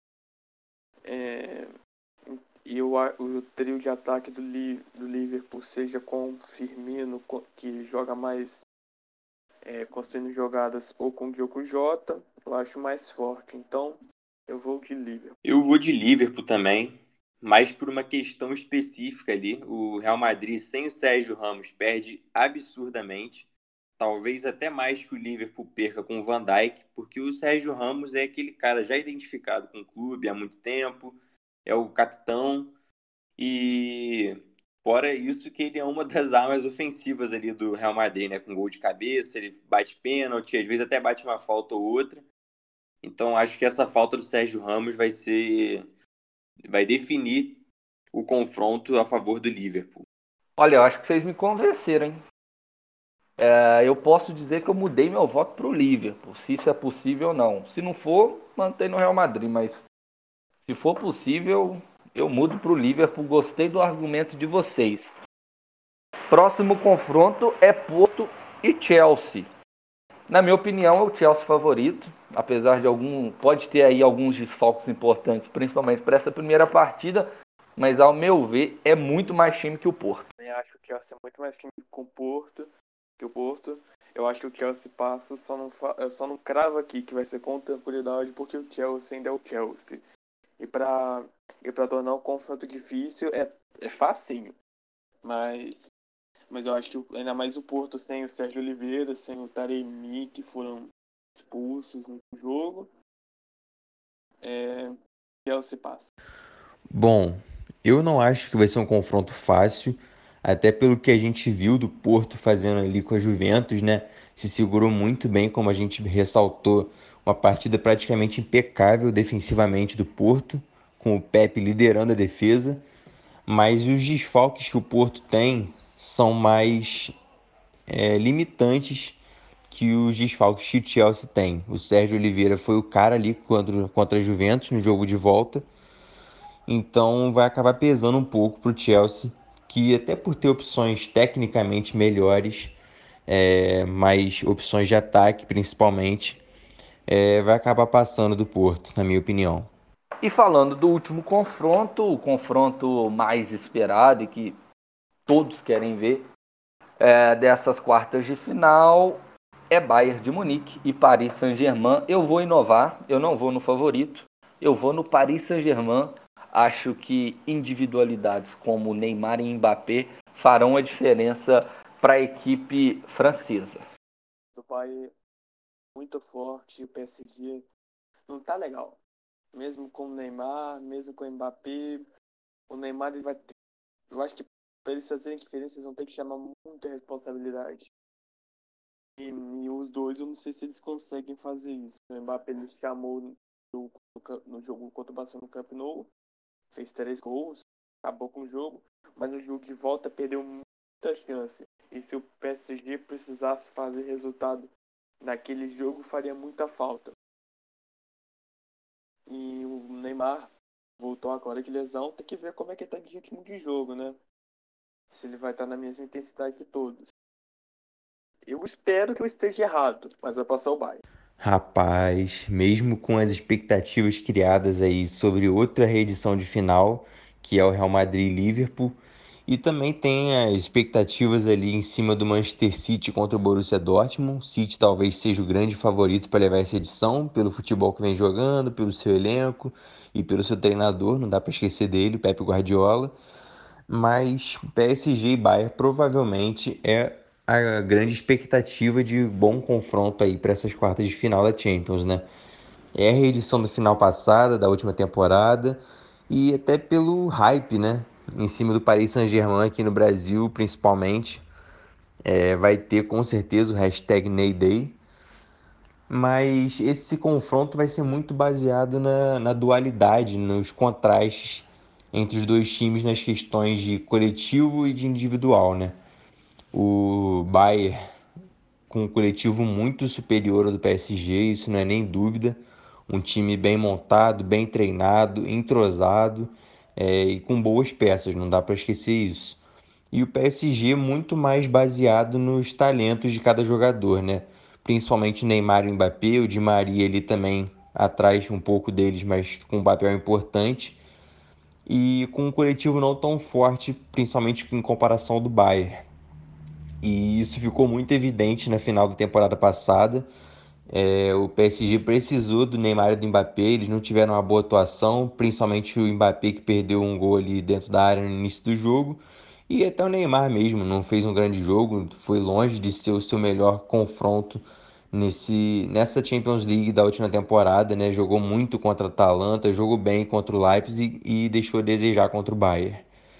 E o trio de ataque do Liverpool, seja com o Firmino, que joga mais construindo jogadas, ou com o Diogo Jota, eu acho mais forte. Então, eu vou de Liverpool. Eu vou de Liverpool também, mas por uma questão específica ali. O Real Madrid, sem o Sérgio Ramos, perde absurdamente. Talvez até mais que o Liverpool perca com o Van Dijk, porque o Sérgio Ramos é aquele cara já identificado com o clube há muito tempo, é o capitão, e fora isso que ele é uma das armas ofensivas ali do Real Madrid, né? Com gol de cabeça, ele bate pênalti, às vezes até bate uma falta ou outra. Então acho que essa falta do Sérgio Ramos vai definir o confronto a favor do Liverpool. Olha, eu acho que vocês me convenceram, hein? Eu posso dizer que eu mudei meu voto para o Liverpool, se isso é possível ou não. Se não for, mantém no Real Madrid, mas se for possível, eu mudo para o Liverpool. Gostei do argumento de vocês. Próximo confronto é Porto e Chelsea. Na minha opinião, é o Chelsea favorito, apesar de pode ter aí alguns desfalques importantes, principalmente para essa primeira partida, mas ao meu ver, é muito mais time que o Porto. Eu acho que o Chelsea é muito mais time que o Porto. Eu acho que o Chelsea passa, só não cravo aqui que vai ser com tranquilidade, porque o Chelsea ainda é o Chelsea. E para tornar o confronto difícil é facinho. Mas eu acho que ainda mais o Porto sem o Sérgio Oliveira, sem o Taremi, que foram expulsos no jogo. Chelsea passa. Bom, eu não acho que vai ser um confronto fácil, até pelo que a gente viu do Porto fazendo ali com a Juventus, né? Se segurou muito bem, como a gente ressaltou, uma partida praticamente impecável defensivamente do Porto, com o Pepe liderando a defesa, mas os desfalques que o Porto tem são mais limitantes que os desfalques que o Chelsea tem. O Sérgio Oliveira foi o cara ali contra a Juventus no jogo de volta, então vai acabar pesando um pouco para o Chelsea, que até por ter opções tecnicamente melhores, mais opções de ataque principalmente, vai acabar passando do Porto, na minha opinião. E falando do último confronto, o confronto mais esperado e que todos querem ver dessas quartas de final, é Bayern de Munique e Paris Saint-Germain. Eu vou inovar, eu não vou no favorito, eu vou no Paris Saint-Germain. Acho que individualidades como Neymar e Mbappé farão a diferença para a equipe francesa. O Bayern muito forte, o PSG não tá legal. Mesmo com o Neymar, mesmo com o Mbappé, o Neymar ele vai ter... Eu acho que para eles fazerem diferença, eles vão ter que chamar muita responsabilidade. E os dois, eu não sei se eles conseguem fazer isso. O Mbappé ele chamou no jogo contra o Barcelona no Camp Nou, fez 3 gols, acabou com o jogo, mas no jogo de volta perdeu muita chance. E se o PSG precisasse fazer resultado naquele jogo, faria muita falta. E o Neymar voltou agora de lesão, tem que ver como é que ele tá de ritmo de jogo, né? Se ele vai estar na mesma intensidade de todos. Eu espero que eu esteja errado, mas vai passar o Bayern. Rapaz, mesmo com as expectativas criadas aí sobre outra reedição de final, que é o Real Madrid e Liverpool, E também tem as expectativas ali em cima do Manchester City contra o Borussia Dortmund. O City talvez seja o grande favorito para levar essa edição, pelo futebol que vem jogando, pelo seu elenco e pelo seu treinador, não dá para esquecer dele, Pep Guardiola. Mas PSG e Bayern provavelmente é a grande expectativa de bom confronto aí para essas quartas de final da Champions, né? É a reedição da final passada, da última temporada, e até pelo hype, né? Em cima do Paris Saint-Germain aqui no Brasil, principalmente. Vai ter com certeza o hashtag NeyDay, mas esse confronto vai ser muito baseado na dualidade, nos contrastes entre os dois times nas questões de coletivo e de individual, né? O Bayern com um coletivo muito superior ao do PSG, isso não é nem dúvida. Um time bem montado, bem treinado, entrosado e com boas peças, não dá para esquecer isso. E o PSG muito mais baseado nos talentos de cada jogador, né? Principalmente o Neymar e o Mbappé, o Di Maria ali também atrás um pouco deles, mas com um papel importante. E com um coletivo não tão forte, principalmente em comparação ao do Bayern. E isso ficou muito evidente na final da temporada passada. O PSG precisou do Neymar e do Mbappé, eles não tiveram uma boa atuação, principalmente o Mbappé que perdeu um gol ali dentro da área no início do jogo. E até o Neymar mesmo não fez um grande jogo, foi longe de ser o seu melhor confronto nessa Champions League da última temporada, né? Jogou muito contra a Atalanta, jogou bem contra o Leipzig e deixou a desejar contra o Bayern.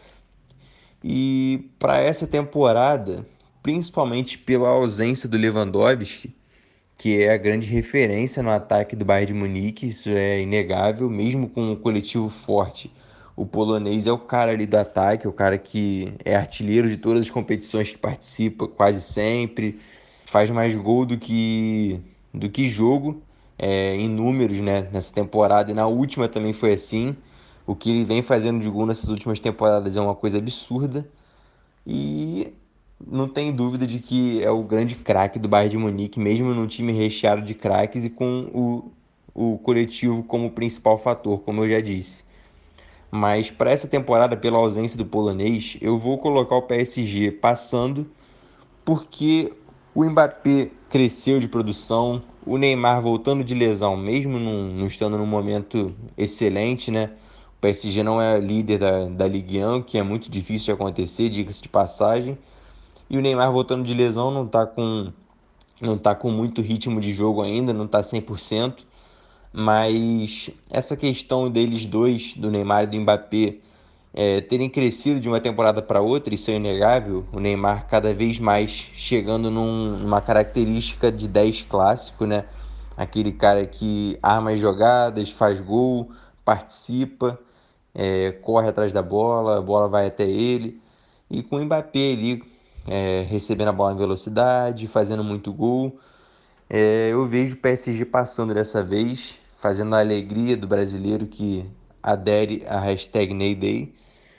E para essa temporada, principalmente pela ausência do Lewandowski, que é a grande referência no ataque do Bayern de Munique, isso é inegável, mesmo com um coletivo forte. O polonês é o cara ali do ataque, o cara que é artilheiro de todas as competições que participa, quase sempre, faz mais gol do que jogo, em números, né, nessa temporada, e na última também foi assim. O que ele vem fazendo de gol nessas últimas temporadas é uma coisa absurda. E não tem dúvida de que é o grande craque do Bayern de Munique, mesmo num time recheado de craques e com o coletivo como principal fator, como eu já disse. Mas para essa temporada, pela ausência do polonês, eu vou colocar o PSG passando, porque o Mbappé cresceu de produção, o Neymar voltando de lesão, mesmo não estando num momento excelente, né? O PSG não é líder da Ligue 1, que é muito difícil de acontecer, diga-se de passagem. E o Neymar voltando de lesão não tá com muito ritmo de jogo ainda, não tá 100%. Mas essa questão deles dois, do Neymar e do Mbappé, terem crescido de uma temporada para outra, isso é inegável. O Neymar cada vez mais chegando numa característica de 10 clássico, né? Aquele cara que arma as jogadas, faz gol, participa, corre atrás da bola, a bola vai até ele. E com o Mbappé ali, recebendo a bola em velocidade, fazendo muito gol. Eu vejo o PSG passando dessa vez, fazendo a alegria do brasileiro que adere à hashtag NeyDay.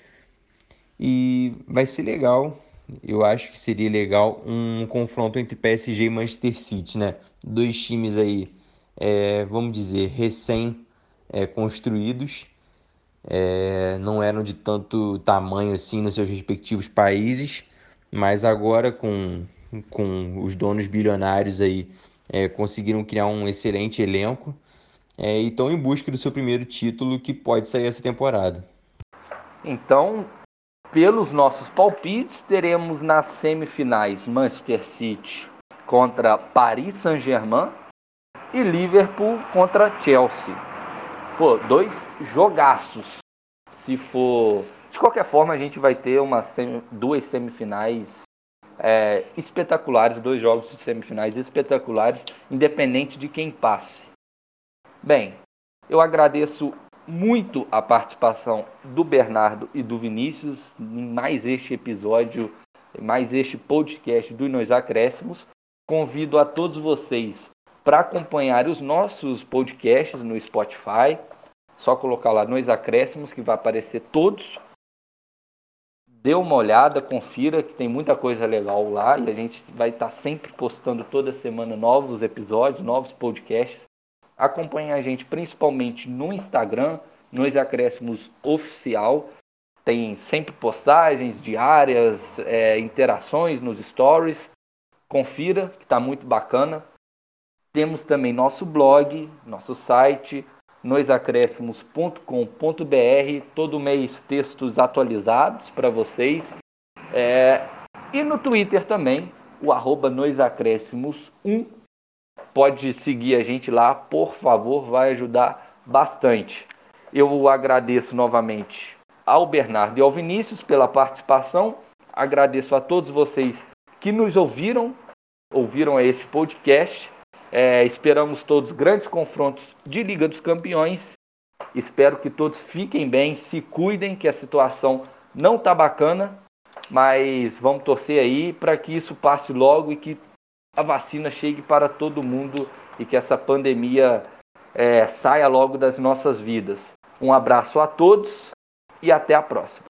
E vai ser legal. Eu acho que seria legal um confronto entre PSG e Manchester City, né? Dois times aí, vamos dizer, recém-construídos. Não eram de tanto tamanho assim nos seus respectivos países, mas agora com os donos bilionários aí conseguiram criar um excelente elenco e estão em busca do seu primeiro título que pode sair essa temporada. Então, pelos nossos palpites, teremos nas semifinais Manchester City contra Paris Saint-Germain e Liverpool contra Chelsea. Pô, dois jogaços. Se for... De qualquer forma, a gente vai ter duas semifinais espetaculares, dois jogos de semifinais espetaculares, independente de quem passe. Bem, eu agradeço muito a participação do Bernardo e do Vinícius em mais este episódio, mais este podcast do Nós Acréscimos. Convido a todos vocês para acompanhar os nossos podcasts no Spotify. Só colocar lá Nós Acréscimos que vai aparecer todos. Dê uma olhada, confira que tem muita coisa legal lá e a gente vai estar sempre postando toda semana novos episódios, novos podcasts. Acompanhe a gente principalmente no Instagram, Nós Acréscimos Oficial. Tem sempre postagens diárias, interações nos stories. Confira, que está muito bacana. Temos também nosso blog, nosso site, noisacrescimos.com.br. Todo mês textos atualizados para vocês. E no Twitter também, o @noisacrescimos1. Pode seguir a gente lá, por favor, vai ajudar bastante. Eu agradeço novamente ao Bernardo e ao Vinícius pela participação. Agradeço a todos vocês que nos ouviram a este podcast. Esperamos todos grandes confrontos de Liga dos Campeões. Espero que todos fiquem bem, se cuidem, que a situação não está bacana, mas vamos torcer aí para que isso passe logo e que a vacina chegue para todo mundo e que essa pandemia saia logo das nossas vidas. Um abraço a todos e até a próxima.